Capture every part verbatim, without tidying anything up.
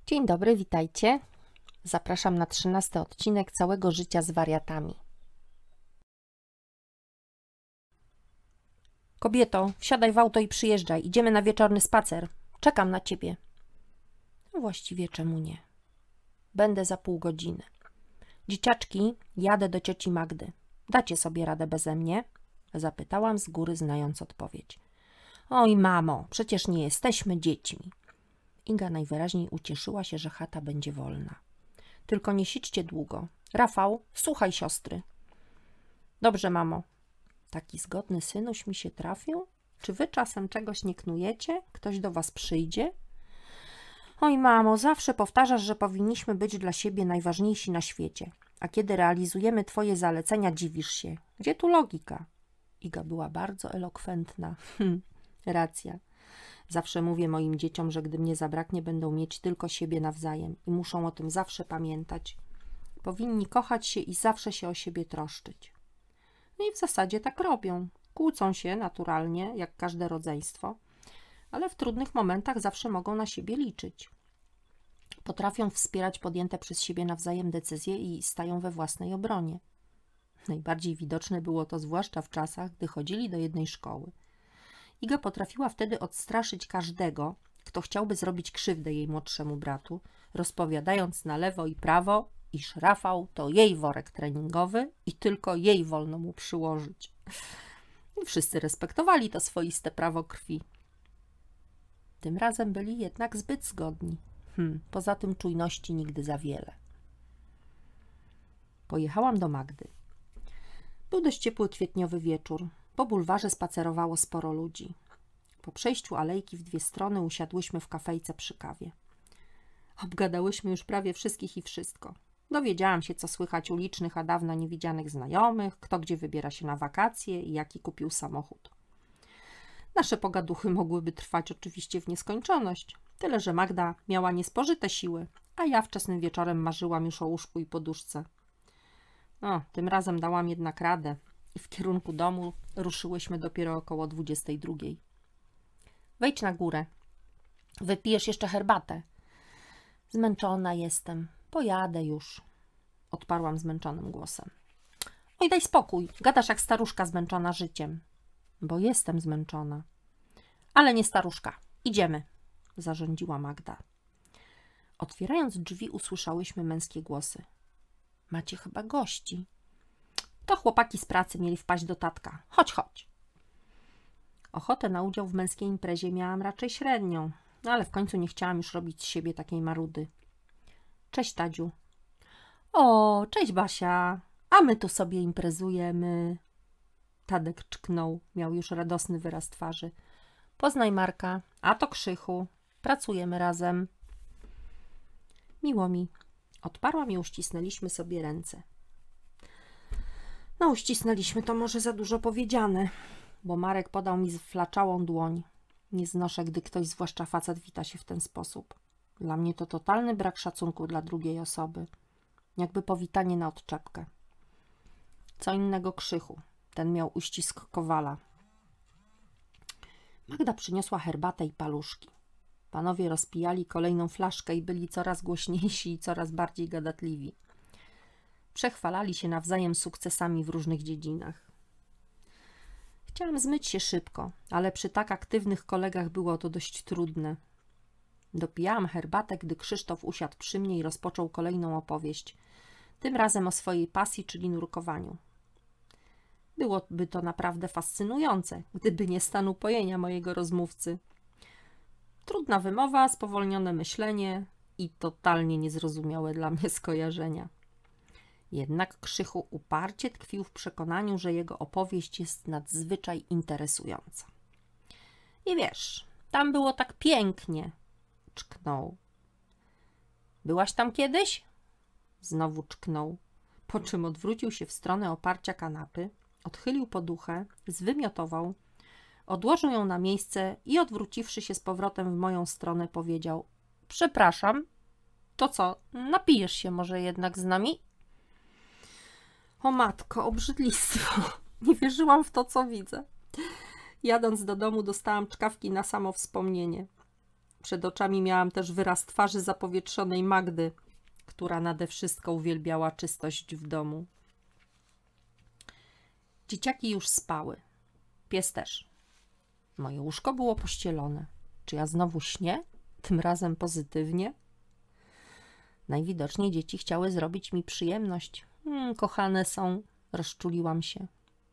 Dzień dobry, witajcie. Zapraszam na trzynasty odcinek Całego życia z wariatami. Kobieto, wsiadaj w auto i przyjeżdżaj. Idziemy na wieczorny spacer. Czekam na ciebie. No właściwie czemu nie? Będę za pół godziny. Dzieciaczki, jadę do cioci Magdy. Dacie sobie radę beze mnie? Zapytałam z góry, znając odpowiedź. Oj, mamo, przecież nie jesteśmy dziećmi. Iga najwyraźniej ucieszyła się, że chata będzie wolna. Tylko nie siedźcie długo. Rafał, słuchaj siostry. Dobrze, mamo. Taki zgodny synuś mi się trafił? Czy wy czasem czegoś nie knujecie? Ktoś do was przyjdzie? Oj, mamo, zawsze powtarzasz, że powinniśmy być dla siebie najważniejsi na świecie. A kiedy realizujemy twoje zalecenia, dziwisz się. Gdzie tu logika? Iga była bardzo elokwentna. Hm, racja. Zawsze mówię moim dzieciom, że gdy mnie zabraknie, będą mieć tylko siebie nawzajem i muszą o tym zawsze pamiętać. Powinni kochać się i zawsze się o siebie troszczyć. No i w zasadzie tak robią. Kłócą się naturalnie, jak każde rodzeństwo, ale w trudnych momentach zawsze mogą na siebie liczyć. Potrafią wspierać podjęte przez siebie nawzajem decyzje i stają we własnej obronie. Najbardziej widoczne było to zwłaszcza w czasach, gdy chodzili do jednej szkoły. Iga potrafiła wtedy odstraszyć każdego, kto chciałby zrobić krzywdę jej młodszemu bratu, rozpowiadając na lewo i prawo, iż Rafał to jej worek treningowy i tylko jej wolno mu przyłożyć. I wszyscy respektowali to swoiste prawo krwi. Tym razem byli jednak zbyt zgodni. Hmm, poza tym czujności nigdy za wiele. Pojechałam do Magdy. Był dość ciepły kwietniowy wieczór. Po bulwarze spacerowało sporo ludzi. Po przejściu alejki w dwie strony usiadłyśmy w kafejce przy kawie. Obgadałyśmy już prawie wszystkich i wszystko. Dowiedziałam się, co słychać u licznych, a dawno niewidzianych znajomych, kto gdzie wybiera się na wakacje i jaki kupił samochód. Nasze pogaduchy mogłyby trwać oczywiście w nieskończoność, tyle że Magda miała niespożyte siły, a ja wczesnym wieczorem marzyłam już o łóżku i poduszce. O, tym razem dałam jednak radę i w kierunku domu ruszyłyśmy dopiero około dwudziestej drugiej. Wejdź na górę. Wypijesz jeszcze herbatę. Zmęczona jestem. Pojadę już. Odparłam zmęczonym głosem. Oj, daj spokój. Gadasz jak staruszka zmęczona życiem. Bo jestem zmęczona. Ale nie staruszka. Idziemy, zarządziła Magda. Otwierając drzwi, usłyszałyśmy męskie głosy. Macie chyba gości. To chłopaki z pracy mieli wpaść do tatka. Chodź, chodź. Ochotę na udział w męskiej imprezie miałam raczej średnią, no ale w końcu nie chciałam już robić z siebie takiej marudy. Cześć, Tadziu. O, cześć, Basia. A my tu sobie imprezujemy. Tadek czknął, miał już radosny wyraz twarzy. Poznaj Marka, a to Krzychu. Pracujemy razem. Miło mi. Odparłam i uścisnęliśmy sobie ręce. No, uścisnęliśmy to może za dużo powiedziane, bo Marek podał mi zflaczałą dłoń. Nie znoszę, gdy ktoś, zwłaszcza facet, wita się w ten sposób. Dla mnie to totalny brak szacunku dla drugiej osoby. Jakby powitanie na odczepkę. Co innego Krzychu. Ten miał uścisk kowala. Magda przyniosła herbatę i paluszki. Panowie rozpijali kolejną flaszkę i byli coraz głośniejsi i coraz bardziej gadatliwi. Przechwalali się nawzajem sukcesami w różnych dziedzinach. Chciałam zmyć się szybko, ale przy tak aktywnych kolegach było to dość trudne. Dopijałam herbatę, gdy Krzysztof usiadł przy mnie i rozpoczął kolejną opowieść, tym razem o swojej pasji, czyli nurkowaniu. Byłoby to naprawdę fascynujące, gdyby nie stan upojenia mojego rozmówcy. Trudna wymowa, spowolnione myślenie i totalnie niezrozumiałe dla mnie skojarzenia. Jednak Krzychu uparcie tkwił w przekonaniu, że jego opowieść jest nadzwyczaj interesująca. I wiesz, tam było tak pięknie, czknął. Byłaś tam kiedyś? Znowu czknął, po czym odwrócił się w stronę oparcia kanapy, odchylił poduchę, zwymiotował, odłożył ją na miejsce i odwróciwszy się z powrotem w moją stronę powiedział: przepraszam, to co, napijesz się może jednak z nami? O matko, obrzydlistwo. Nie wierzyłam w to, co widzę. Jadąc do domu, dostałam czkawki na samo wspomnienie. Przed oczami miałam też wyraz twarzy zapowietrzonej Magdy, która nade wszystko uwielbiała czystość w domu. Dzieciaki już spały. Pies też. Moje łóżko było pościelone. Czy ja znowu śnię? Tym razem pozytywnie? Najwidoczniej dzieci chciały zrobić mi przyjemność. Hmm, kochane są, rozczuliłam się.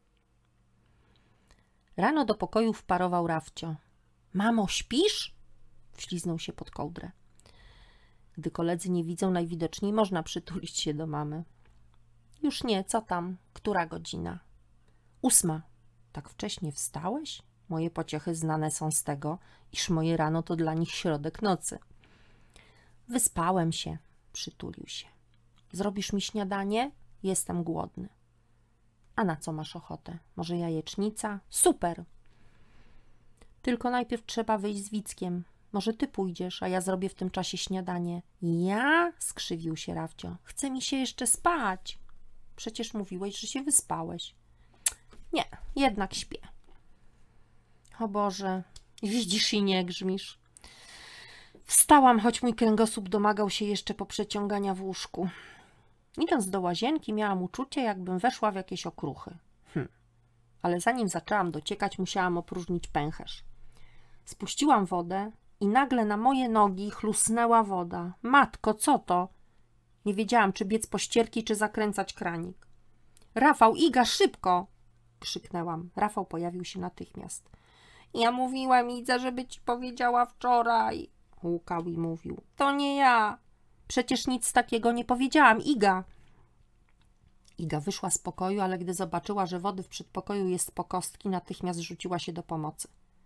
Rano do pokoju wparował Rafcio. Mamo, śpisz? Wśliznął się pod kołdrę. Gdy koledzy nie widzą, najwidoczniej można przytulić się do mamy. Już nie, co tam? Która godzina? Ósma. Tak wcześnie wstałeś? Moje pociechy znane są z tego, iż moje rano to dla nich środek nocy. Wyspałem się, przytulił się. Zrobisz mi śniadanie? Jestem głodny. A na co masz ochotę? Może jajecznica? Super! Tylko najpierw trzeba wyjść z Wickiem. Może ty pójdziesz, a ja zrobię w tym czasie śniadanie. Ja? Skrzywił się Rafcio. Chce mi się jeszcze spać. Przecież mówiłeś, że się wyspałeś. Nie, jednak śpię. O Boże, widzisz i nie grzmisz. Wstałam, choć mój kręgosłup domagał się jeszcze poprzeciągania w łóżku. Idąc do łazienki, miałam uczucie, jakbym weszła w jakieś okruchy. Hm. Ale zanim zaczęłam dociekać, musiałam opróżnić pęcherz. Spuściłam wodę i nagle na moje nogi chlusnęła woda. Matko, co to? Nie wiedziałam, czy biec po ścierki, czy zakręcać kranik. Rafał, Iga, szybko! Krzyknęłam. Rafał pojawił się natychmiast. Ja mówiłam, Idze, żeby ci powiedziała wczoraj. Łukał i mówił. To nie ja. Przecież nic takiego nie powiedziałam, Iga. Iga wyszła z pokoju, ale gdy zobaczyła, że wody w przedpokoju jest po kostki, natychmiast rzuciła się do pomocy.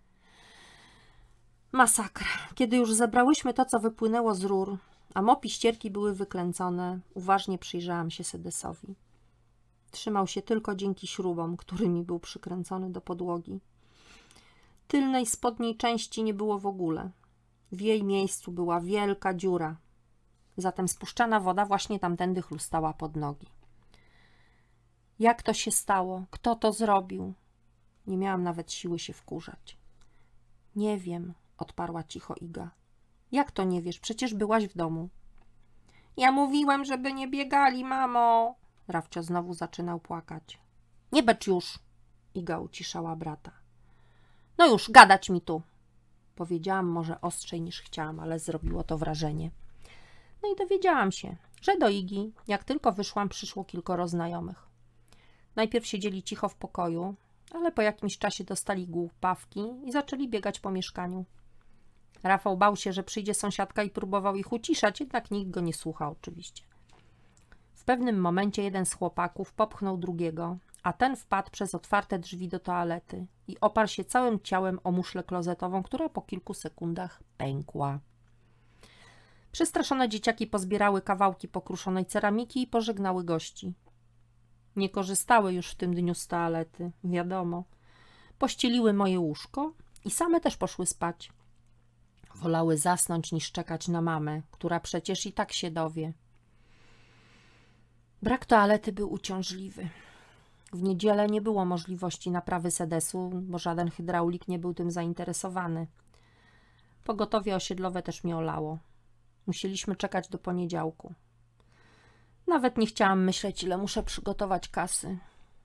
Masakra. Kiedy już zebrałyśmy to, co wypłynęło z rur, a mopy ścierki były wykręcone, uważnie przyjrzałam się Sedesowi. Trzymał się tylko dzięki śrubom, którymi był przykręcony do podłogi. Tylnej spodniej części nie było w ogóle. W jej miejscu była wielka dziura. Zatem spuszczana woda właśnie tamtędy chlustała pod nogi. Jak to się stało? Kto to zrobił? Nie miałam nawet siły się wkurzać. Nie wiem, odparła cicho Iga. Jak to nie wiesz? Przecież byłaś w domu. Ja mówiłem, żeby nie biegali, mamo. Rafcio znowu zaczynał płakać. Nie becz już, Iga uciszała brata. No już, gadać mi tu. Powiedziałam może ostrzej niż chciałam, ale zrobiło to wrażenie. No i dowiedziałam się, że do Igi, jak tylko wyszłam, przyszło kilkoro znajomych. Najpierw siedzieli cicho w pokoju, ale po jakimś czasie dostali głupawki i zaczęli biegać po mieszkaniu. Rafał bał się, że przyjdzie sąsiadka i próbował ich uciszać, jednak nikt go nie słuchał oczywiście. W pewnym momencie jeden z chłopaków popchnął drugiego, a ten wpadł przez otwarte drzwi do toalety i oparł się całym ciałem o muszlę klozetową, która po kilku sekundach pękła. Przestraszone dzieciaki pozbierały kawałki pokruszonej ceramiki i pożegnały gości. Nie korzystały już w tym dniu z toalety, wiadomo. Pościeliły moje łóżko i same też poszły spać. Wolały zasnąć niż czekać na mamę, która przecież i tak się dowie. Brak toalety był uciążliwy. W niedzielę nie było możliwości naprawy sedesu, bo żaden hydraulik nie był tym zainteresowany. Pogotowie osiedlowe też mnie olało. Musieliśmy czekać do poniedziałku. Nawet nie chciałam myśleć, ile muszę przygotować kasy.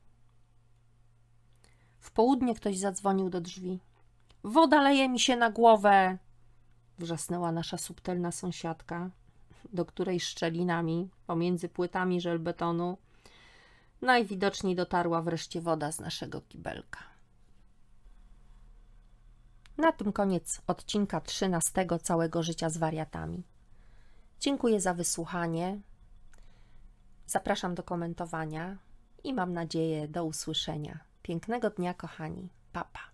W południe ktoś zadzwonił do drzwi. Woda leje mi się na głowę! Wrzasnęła nasza subtelna sąsiadka, do której szczelinami, pomiędzy płytami żelbetonu, najwidoczniej dotarła wreszcie woda z naszego kibelka. Na tym koniec odcinka trzynastego Całego życia z wariatami. Dziękuję za wysłuchanie. Zapraszam do komentowania i mam nadzieję do usłyszenia. Pięknego dnia, kochani. Pa, pa.